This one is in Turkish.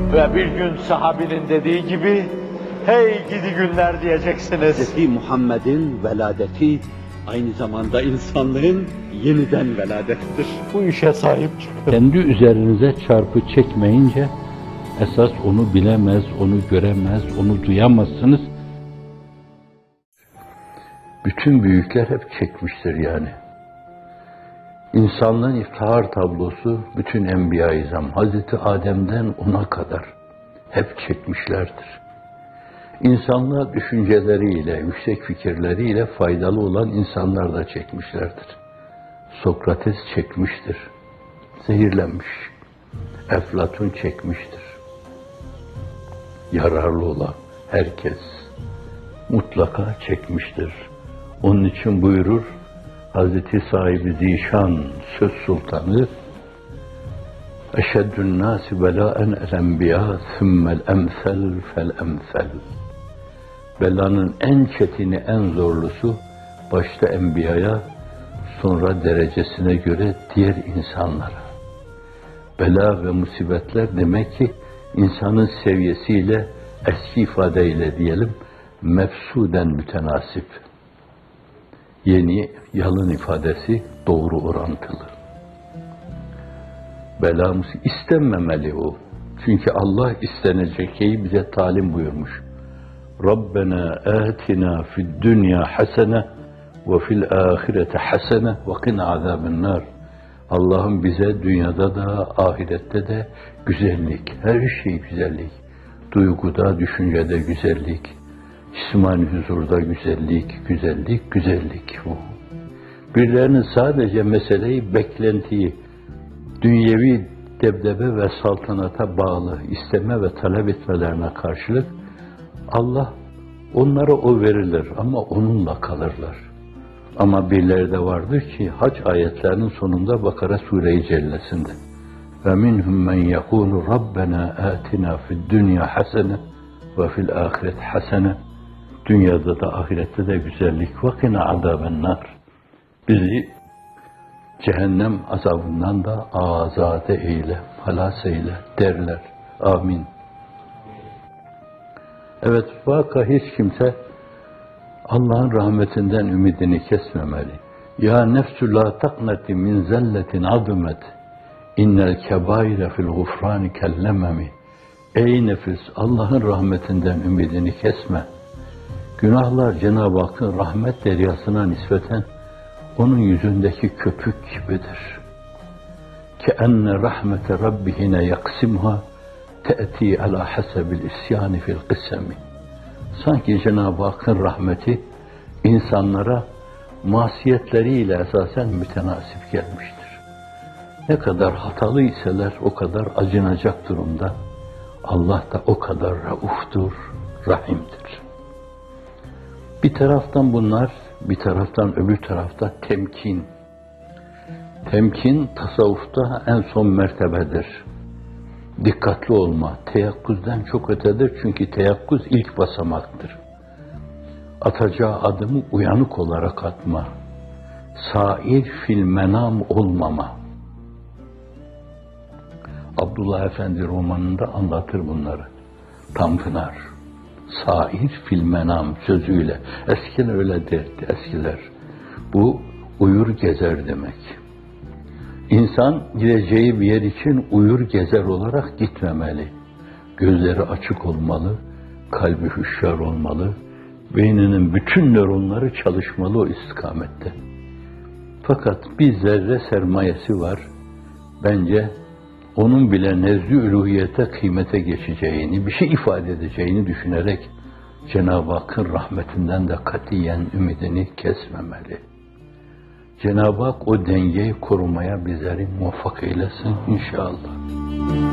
Ve bir gün sahabinin dediği gibi, hey gidi günler diyeceksiniz. Hz. Muhammed'in veladeti aynı zamanda insanlığın yeniden veladetidir. Bu işe sahip çıkın. Kendi üzerinize çarpı çekmeyince, esas onu bilemez, onu göremez, onu duyamazsınız. Bütün büyükler hep çekmiştir yani. İnsanlığın iftihar tablosu, bütün Enbiya-i İzam, Hazreti Adem'den ona kadar hep çekmişlerdir. İnsanlığa düşünceleriyle, yüksek fikirleriyle faydalı olan insanlar da çekmişlerdir. Sokrates çekmiştir, zehirlenmiş. Eflatun çekmiştir. Yararlı olan herkes mutlaka çekmiştir. Onun için buyurur Hazreti sahibi zişan söz sultanı, eşeddün nâsi belâen el-enbiyâ sümmel emsel fel emsel. Belanın en çetini, en zorlusu başta enbiyaya, sonra derecesine göre diğer insanlara. Bela ve musibetler demek ki insanın seviyesiyle, eski ifadeyle diyelim, mefsuden mütenasip. Yeni, yalın ifadesi doğru orantılı. Belamız istenmemeli o. Çünkü Allah istenecek şeyi bize talim buyurmuş. Rabbena atina fid dünya hasene ve fil ahirete hasene ve qina azabennar. Allah'ım bize dünyada da ahirette de güzellik, her şey güzellik. Duyguda, düşüncede güzellik, cismani huzurda güzellik, güzellik, güzellik bu. Birilerinin sadece meseleyi, beklentiyi, dünyevi debdebe ve saltanata bağlı isteme ve talep etmelerine karşılık Allah onlara o verilir ama onunla kalırlar. Ama birileri de vardır ki Hac ayetlerinin sonunda Bakara Sure-i Cellesi'nde ve minhum men yekulu Rabbena atina fid dünya hasene ve fil ahiret hasene. Dünyada da ahirette de güzellik ve qina azabennar. Bizi cehennem azabından da azade eyle, halas eyle derler. Amin. Evet, vaka hiç kimse Allah'ın rahmetinden ümidini kesmemeli. Ya nefsü la taknati min zelletin azumet, innel kebaire fil gufrani kellememi. Ey nefis, Allah'ın rahmetinden ümidini kesme. Günahlar Cenab-ı Hakk'ın rahmet deryasına nispeten onun yüzündeki köpük gibidir. Keenne rahmete rabbihine yaksimha te'ti ala hasebil isyani fil kısemi. Sanki Cenab-ı Hakk'ın rahmeti insanlara masiyetleriyle esasen mütenasip gelmiştir. Ne kadar hatalı iseler o kadar acınacak durumda. Allah da o kadar rauftur, rahimdir. Bir taraftan bunlar, bir taraftan öbür tarafta temkin. Temkin tasavvufta en son mertebedir. Dikkatli olma, teyakkuzdan çok ötedir çünkü teyakkuz ilk basamaktır. Atacağı adımı uyanık olarak atma. Sair fil menam olmama. Abdullah Efendi romanında anlatır bunları. Tanpınar. Sair fil menam sözüyle. Eskiler öyle derdi, eskiler. Bu uyur gezer demek. İnsan gideceği bir yer için uyur gezer olarak gitmemeli. Gözleri açık olmalı, kalbi hüşyar olmalı, beyninin bütün nöronları çalışmalı o istikamette. Fakat bir zerre sermayesi var. Bence onun bile nezd-i üluhiyete kıymete geçeceğini, bir şey ifade edeceğini düşünerek Cenab-ı Hakk'ın rahmetinden de katiyen ümidini kesmemeli. Cenab-ı Hak o dengeyi korumaya bizleri muvaffak eylesin inşallah.